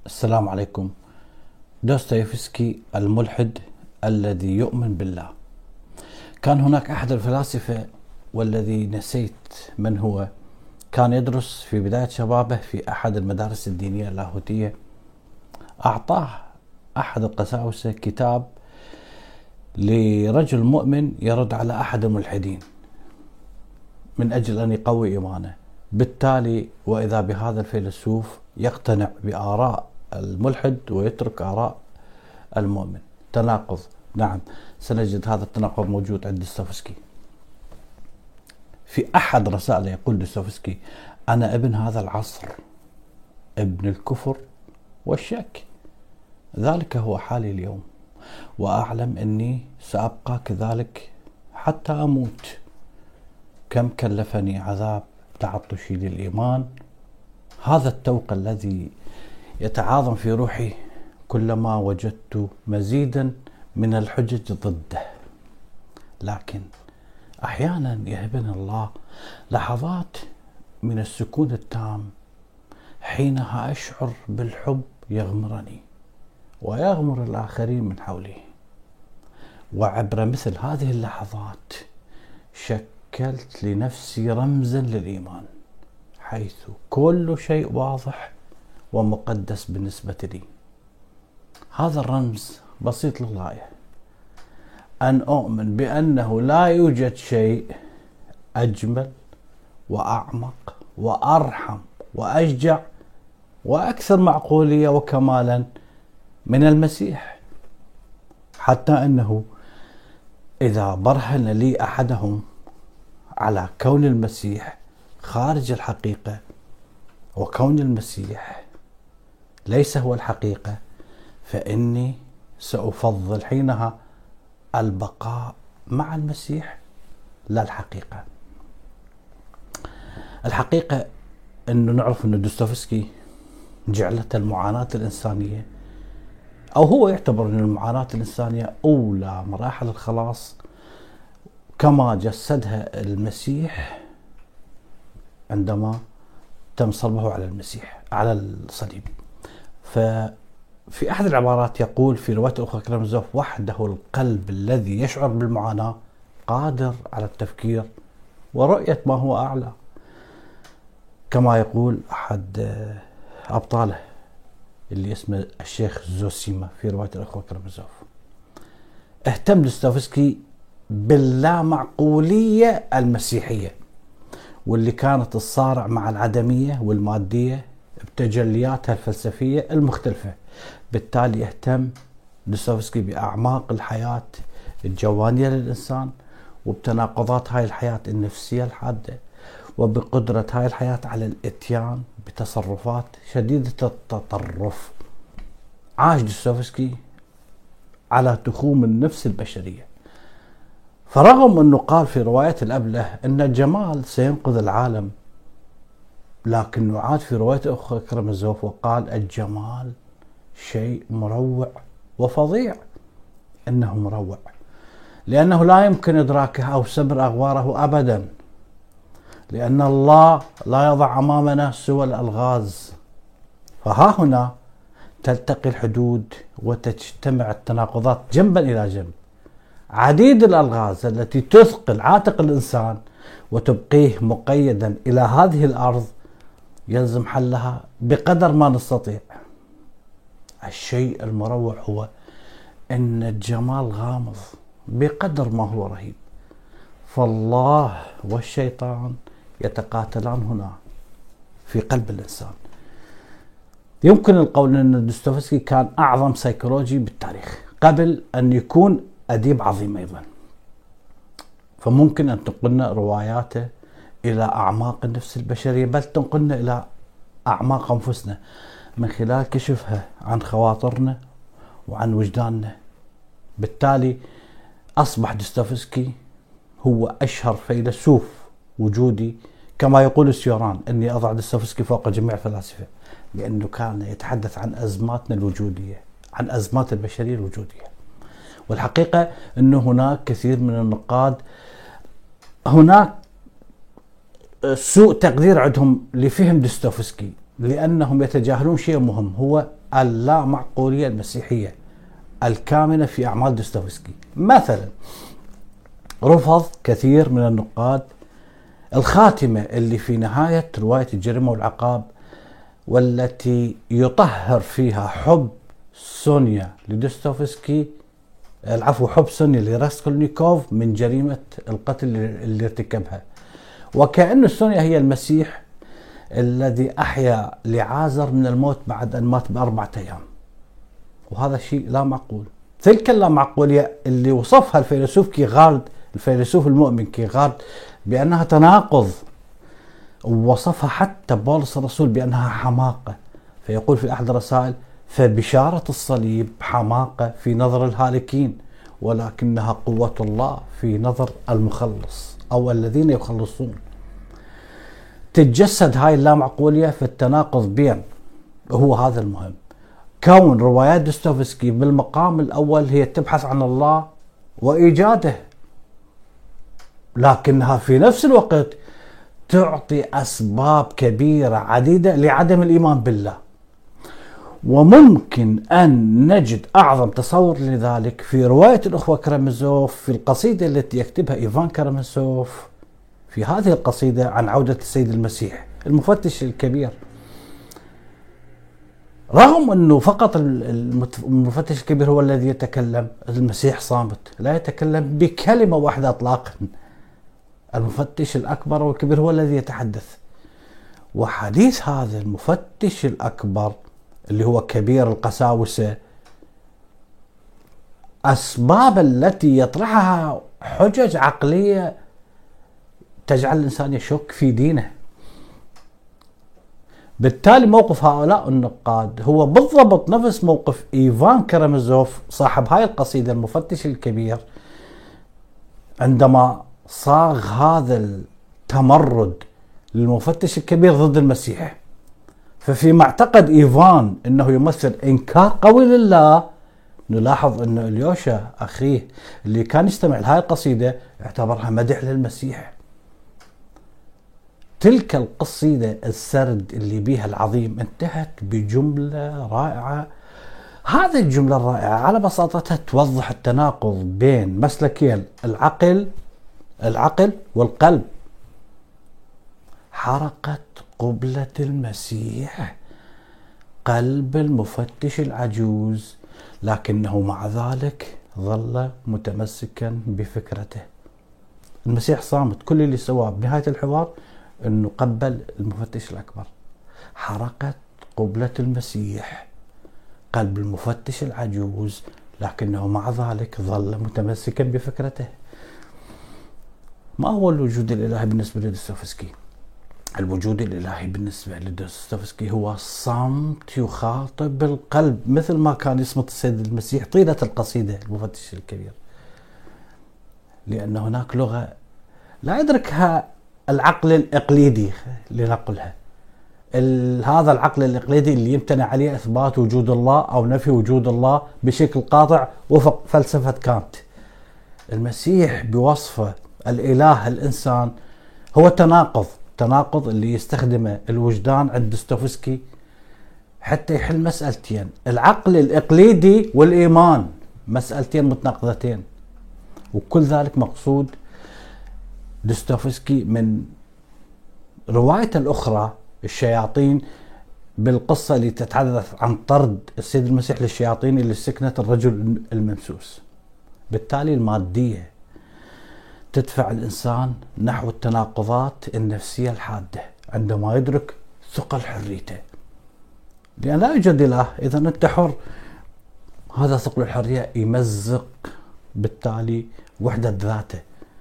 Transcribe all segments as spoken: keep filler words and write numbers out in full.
السلام عليكم. دوستويفسكي الملحد الذي يؤمن بالله. كان هناك أحد الفلاسفة والذي نسيت من هو، كان يدرس في بداية شبابه في أحد المدارس الدينية اللاهوتية. أعطاه أحد القساوسة كتاب لرجل مؤمن يرد على أحد الملحدين من أجل أن يقوي إيمانه. بالتالي وإذا بهذا الفيلسوف يقتنع بآراء الملحد ويترك آراء المؤمن. تناقض، نعم، سنجد هذا التناقض موجود عند دوستويفسكي. في أحد رسائله يقول دوستويفسكي: أنا ابن هذا العصر، ابن الكفر والشك، ذلك هو حالي اليوم، وأعلم أني سأبقى كذلك حتى أموت. كم كلفني عذاب تعطشي للإيمان، هذا التوق الذي يتعاظم في روحي كلما وجدت مزيدا من الحجج ضده. لكن أحيانا يهبنا الله لحظات من السكون التام، حينها أشعر بالحب يغمرني ويغمر الآخرين من حولي. وعبر مثل هذه اللحظات شكلت لنفسي رمزا للإيمان، حيث كل شيء واضح ومقدس بالنسبة لي. هذا الرمز بسيط للغاية، أن أؤمن بأنه لا يوجد شيء أجمل وأعمق وأرحم وأشجع وأكثر معقولية وكمالا من المسيح، حتى أنه إذا برهن لي أحدهم على كون المسيح خارج الحقيقة وكون المسيح ليس هو الحقيقة، فإني سأفضل حينها البقاء مع المسيح لا الحقيقة. الحقيقة أنه نعرف أن دوستويفسكي جعلت المعاناة الإنسانية، أو هو يعتبر أن المعاناة الإنسانية أولى مراحل الخلاص كما جسدها المسيح عندما تم صلبه على المسيح على الصليب. ففي أحد العبارات يقول في رواية أخرى كرامزوف: وحده القلب الذي يشعر بالمعاناة قادر على التفكير ورؤية ما هو أعلى. كما يقول أحد أبطاله اللي اسمه الشيخ زوسيما في رواية الأخوة كرامزوف. اهتم دوستويفسكي باللامعقولية المسيحية، واللي كانت الصارع مع العدمية والمادية بتجلياتها الفلسفية المختلفة. بالتالي اهتم دوستويفسكي بأعماق الحياة الجوانية للإنسان، وبتناقضات هاي الحياة النفسية الحادة، وبقدرة هاي الحياة على الاتيان بتصرفات شديدة التطرف. عاش دوستويفسكي على تخوم النفس البشرية، فرغم أنه قال في رواية الأب له أن الجمال سينقذ العالم، لكنه عاد في رواية أخرى كرامزوف وقال: الجمال شيء مروع وفظيع. إنه مروع لأنه لا يمكن إدراكه أو سبر أغواره أبدا، لأن الله لا يضع أمامنا سوى الألغاز. فها هنا تلتقي الحدود وتجتمع التناقضات جنبا إلى جنب. عديد الألغاز التي تثقل عاتق الإنسان وتبقيه مقيدا إلى هذه الأرض يلزم حلها بقدر ما نستطيع. الشيء المروع هو أن الجمال غامض بقدر ما هو رهيب، فالله والشيطان يتقاتلان هنا في قلب الإنسان. يمكن القول أن دوستويفسكي كان أعظم سيكولوجي بالتاريخ قبل أن يكون أديب عظيم أيضا، فممكن أن تنقلنا رواياته إلى أعماق النفس البشرية، بل تنقلنا إلى أعماق أنفسنا من خلال كشفها عن خواطرنا وعن وجداننا. بالتالي أصبح دوستويفسكي هو أشهر فيلسوف وجودي، كما يقول سيوران: أني أضع دوستويفسكي فوق جميع الفلاسفة، لأنه كان يتحدث عن أزماتنا الوجودية، عن أزمات البشرية الوجودية. والحقيقة أنه هناك كثير من النقاد هناك سوء تقدير عندهم لفهم دوستويفسكي، لأنهم يتجاهلون شيء مهم، هو اللامعقولية المسيحية الكامنة في أعمال دوستويفسكي. مثلا رفض كثير من النقاد الخاتمة اللي في نهاية رواية الجريمة والعقاب، والتي يطهر فيها حب سونيا لدوستويفسكي، العفو حب سونيا لراسكولنيكوف من جريمة القتل اللي ارتكبها، وكأن سونيا هي المسيح الذي أحيا لعازر من الموت بعد أن مات بأربعة أيام. وهذا شيء لا معقول. تلك اللامعقولية اللي وصفها الفيلسوف كيغارد، الفيلسوف المؤمن كيغارد، بأنها تناقض، ووصفها حتى بولس الرسول بأنها حماقة، فيقول في أحد الرسائل: فبشارة الصليب حماقة في نظر الهالكين، ولكنها قوة الله في نظر المخلص أو الذين يخلصون. تتجسد هاي اللامعقولية في التناقض بين، هو هذا المهم، كون روايات دوستويفسكي بالمقام الأول هي تبحث عن الله وإيجاده، لكنها في نفس الوقت تعطي أسباب كبيرة عديدة لعدم الإيمان بالله. وممكن أن نجد أعظم تصور لذلك في رواية الأخوة كرامازوف، في القصيدة التي يكتبها إيفان كرامازوف في هذه القصيدة عن عودة السيد المسيح المفتش الكبير. رغم أنه فقط المفتش الكبير هو الذي يتكلم، المسيح صامت، لا يتكلم بكلمة واحدة إطلاقا. المفتش الأكبر والكبير هو الذي يتحدث. وحديث هذا المفتش الأكبر اللي هو كبير القساوسة، أسباب التي يطرحها حجج عقلية تجعل الإنسان يشك في دينه. بالتالي موقف هؤلاء النقاد هو بالضبط نفس موقف إيفان كرامازوف صاحب هاي القصيدة المفتش الكبير، عندما صاغ هذا التمرد للمفتش الكبير ضد المسيح. ففي معتقد إيفان أنه يمثل إنكار قوي لله، نلاحظ أن إليوشا أخيه اللي كان يستمع لهاي القصيدة اعتبرها مدح للمسيح. تلك القصيدة السرد اللي بيها العظيم انتهت بجملة رائعة. هذه الجملة الرائعة على بساطتها توضح التناقض بين مسلكين العقل العقل والقلب. حرقت قبلة المسيح قلب المفتش العجوز، لكنه مع ذلك ظل متمسكا بفكرته. المسيح صامت، كل اللي سواه بنهاية الحوار انه قبل المفتش الاكبر. حرقت قبلة المسيح قلب المفتش العجوز، لكنه مع ذلك ظل متمسكا بفكرته. ما هو الوجود الالهي بالنسبة لدوستويفسكي؟ الوجود الالهي بالنسبة لدوستويفسكي هو صمت يخاطب القلب، مثل ما كان يصمت السيد المسيح طيلة القصيدة المفتش الكبير، لأن هناك لغة لا يدركها العقل الإقليدي لنقلها. هذا العقل الإقليدي اللي يمتنع عليه إثبات وجود الله أو نفي وجود الله بشكل قاطع وفق فلسفة كانت. المسيح بوصفه الإله الإنسان هو تناقض، تناقض اللي يستخدمه الوجدان عند دوستويفسكي حتى يحل مسألتين، العقل الإقليدي والإيمان، مسألتين متناقضتين. وكل ذلك مقصود دوستويفسكي من رواية الأخرى الشياطين، بالقصة اللي تتحدث عن طرد السيد المسيح للشياطين اللي سكنت الرجل الممسوس. بالتالي المادية تدفع الإنسان نحو التناقضات النفسية الحادة عندما يدرك ثقل حريته، لأن لا يوجد إله، إذا أنت حر. هذا ثقل الحرية يمزق بالتالي وحدة ذاته،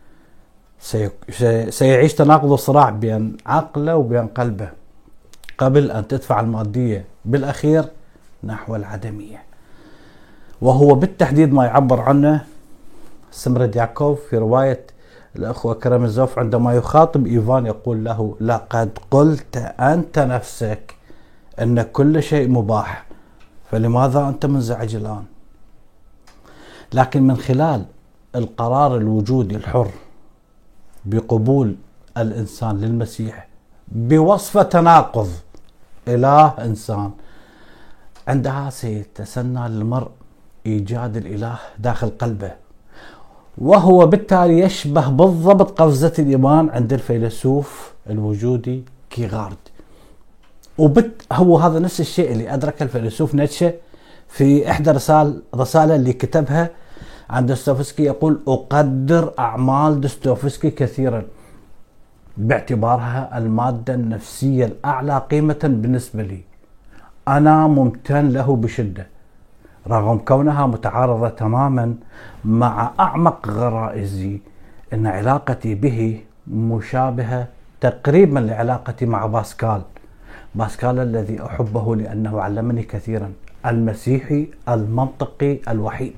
سيعيش تناقض وصراع بين عقله وبين قلبه قبل أن تدفع المادية بالأخير نحو العدمية. وهو بالتحديد ما يعبر عنه سمردياكوف في رواية الأخوة كرامازوف عندما يخاطب إيفان يقول له: لقد قلت أنت نفسك أن كل شيء مباح، فلماذا أنت منزعج الآن؟ لكن من خلال القرار الوجودي الحر بقبول الإنسان للمسيح بوصف تناقض إله إنسان، عندها سيتسنى للمرء إيجاد الإله داخل قلبه، وهو بالتالي يشبه بالضبط قفزة الإيمان عند الفيلسوف الوجودي كيغارد. وبت هو هذا نفس الشيء اللي أدرك الفيلسوف نيتشه في إحدى رسال رسالة اللي كتبها عن دوستويفسكي. يقول: أقدر أعمال دوستويفسكي كثيرا باعتبارها المادة النفسية الأعلى قيمة بالنسبة لي. أنا ممتن له بشدة رغم كونها متعارضة تماما مع أعمق غرائزي. إن علاقتي به مشابهة تقريبا لعلاقتي مع باسكال باسكال الذي أحبه لأنه علمني كثيرا، المسيحي المنطقي الوحيد.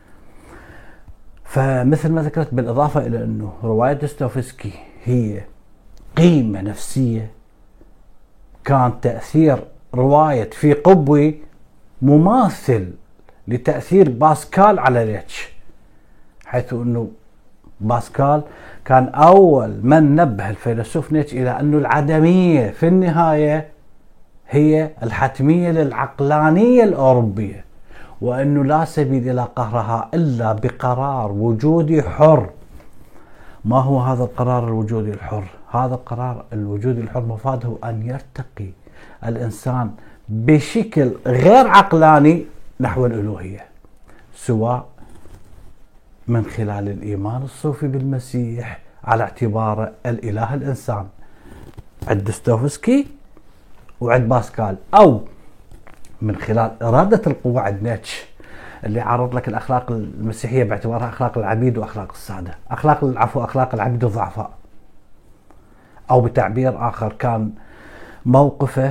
فمثل ما ذكرت، بالإضافة إلى أنه رواية دوستويفسكي هي قيمة نفسية، كان تأثير رواية في قبوي مماثل لتأثير باسكال على نيتشه، حيث أنه باسكال كان أول من نبه الفيلسوف نيتشه إلى أن العدمية في النهاية هي الحتمية للعقلانية الأوروبية، وأنه لا سبيل إلى قهرها إلا بقرار وجودي حر. ما هو هذا القرار الوجودي الحر؟ هذا القرار الوجودي الحر مفاده أن يرتقي الإنسان بشكل غير عقلاني نحو الألوهية، سواء من خلال الإيمان الصوفي بالمسيح على اعتباره الإله الإنسان عند دوستويفسكي وعند باسكال، أو من خلال إرادة القوة عند نيتشه اللي عرض لك الأخلاق المسيحية باعتبارها أخلاق العبيد وأخلاق السادة، أخلاق العفو أخلاق العبيد الضعفاء. أو بتعبير آخر، كان موقفه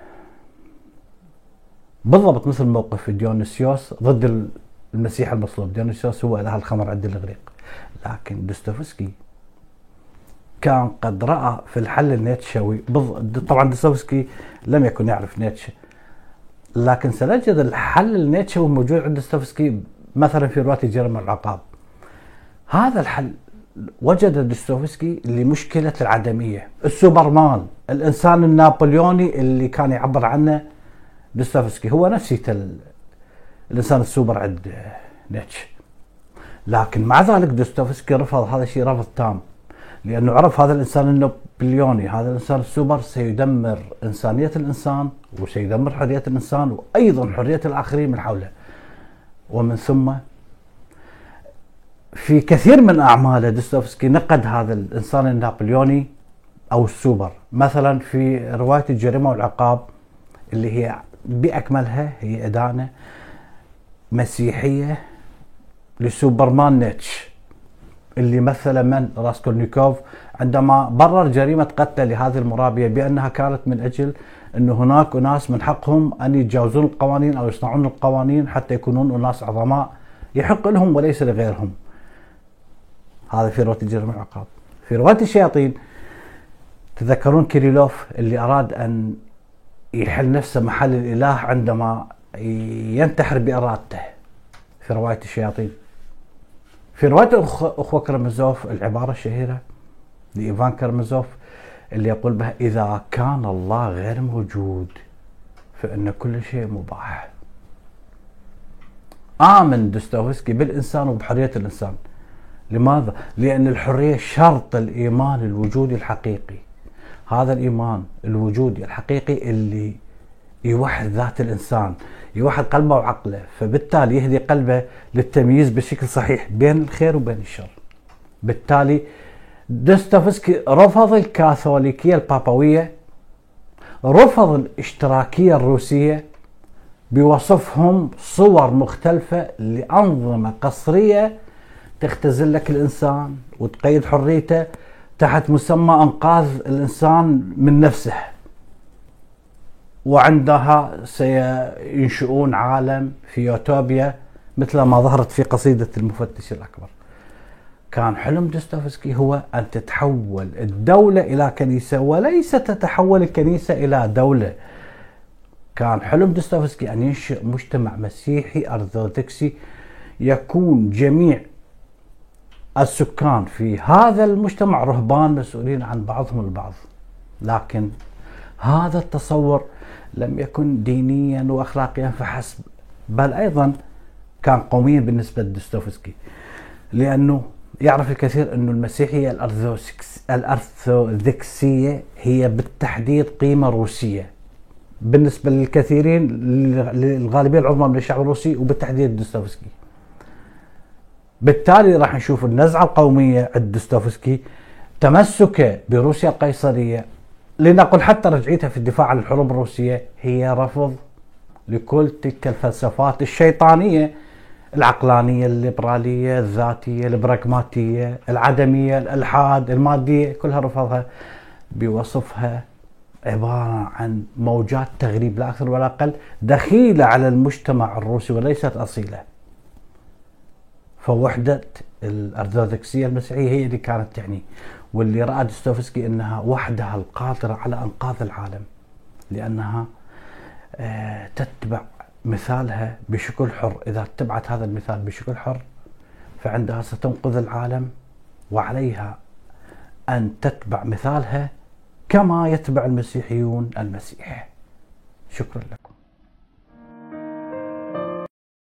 بالضبط مثل موقف ديونيسيوس ضد المسيح المصلوب. ديونيسيوس هو إله الخمر عند الإغريق، لكن دوستويفسكي كان قد رأى في الحل النيتشوي. طبعا دوستويفسكي لم يكن يعرف نيتشه، لكن سنجد الحل النيتشوي موجود عند دوستويفسكي مثلا في رواية جرم العقاب. هذا الحل وجد دوستويفسكي لمشكلة العدمية، السوبرمان، الإنسان النابليوني اللي كان يعبر عنه دوستويفسكي هو نفسه الإنسان السوبر عند نيتشه. لكن مع ذلك دوستويفسكي رفض هذا الشيء رفض تام، لأنه عرف هذا الإنسان النابليوني، هذا الإنسان السوبر سيدمر إنسانية الإنسان وسيدمر حرية الإنسان وأيضا حرية الآخرين من حوله. ومن ثم في كثير من أعماله دوستويفسكي نقد هذا الإنسان النابليوني أو السوبر. مثلا في رواية الجريمة والعقاب اللي هي بأكملها هي إدانة مسيحية لسوبرمان نيتشه، اللي مثل من راسكولنيكوف عندما برر جريمة قتله لهذه المرابية بأنها كانت من أجل أن هناك أناس من حقهم أن يتجاوزون القوانين أو يصنعون القوانين حتى يكونون أناس عظماء يحق لهم وليس لغيرهم. هذا في رواية الجريمة والعقاب. في رواية الشياطين تذكرون كيريلوف اللي أراد أن يحل نفسه محل الإله عندما ينتحر بإرادته في رواية الشياطين. في رواية أخوة كرامازوف العبارة الشهيرة لإيفان كرامازوف اللي يقول بها: إذا كان الله غير موجود فإن كل شيء مباح. آمن دوستويفسكي بالإنسان وبحرية الإنسان. لماذا؟ لأن الحرية شرط الإيمان الوجودي الحقيقي. هذا الإيمان الوجودي الحقيقي اللي يوحد ذات الإنسان، يوحد قلبه وعقله، فبالتالي يهدي قلبه للتمييز بشكل صحيح بين الخير وبين الشر. بالتالي دوستويفسكي رفض الكاثوليكية البابوية، رفض الاشتراكية الروسية بوصفهم صور مختلفة لأنظمة قصرية تختزل لك الإنسان وتقيد حريته تحت مسمى أنقاذ الإنسان من نفسه، وعندها سينشؤون عالم في يوتوبيا مثل ما ظهرت في قصيدة المفتش الأكبر. كان حلم دوستويفسكي هو أن تتحول الدولة إلى كنيسة وليس تتحول الكنيسة إلى دولة. كان حلم دوستويفسكي أن ينشئ مجتمع مسيحي أرثوذكسي يكون جميع السكان في هذا المجتمع رهبان مسؤولين عن بعضهم البعض. لكن هذا التصور لم يكن دينيا واخلاقيا فحسب، بل ايضا كان قوميا بالنسبه لدوستويفسكي، لانه يعرف الكثير انه المسيحيه الارثوذكسيه هي بالتحديد قيمه روسيه بالنسبه للكثيرين، للغالبيه العظمى من الشعب الروسي وبالتحديد دوستويفسكي. بالتالي راح نشوف النزعه القوميه عند دوستويفسكي، تمسكه بروسيا القيصريه، لنقل حتى رجعيتها في الدفاع عن الحروب الروسيه، هي رفض لكل تلك الفلسفات الشيطانيه العقلانيه، الليبراليه، الذاتيه، البراغماتيه، العدميه، الالحاد، الماديه، كلها رفضها بوصفها عباره عن موجات تغريب لا اكثر ولا اقل، دخيله على المجتمع الروسي وليست اصيله. فوحده الارثوذكسيه المسيحيه هي اللي كانت تعني، واللي راى دوستويفسكي انها وحدها القادره على انقاذ العالم، لانها تتبع مثالها بشكل حر. إذا اتبعت هذا المثال بشكل حر فعندها ستنقذ العالم، وعليها أن تتبع مثالها كما يتبع المسيحيون المسيح. شكرا لك.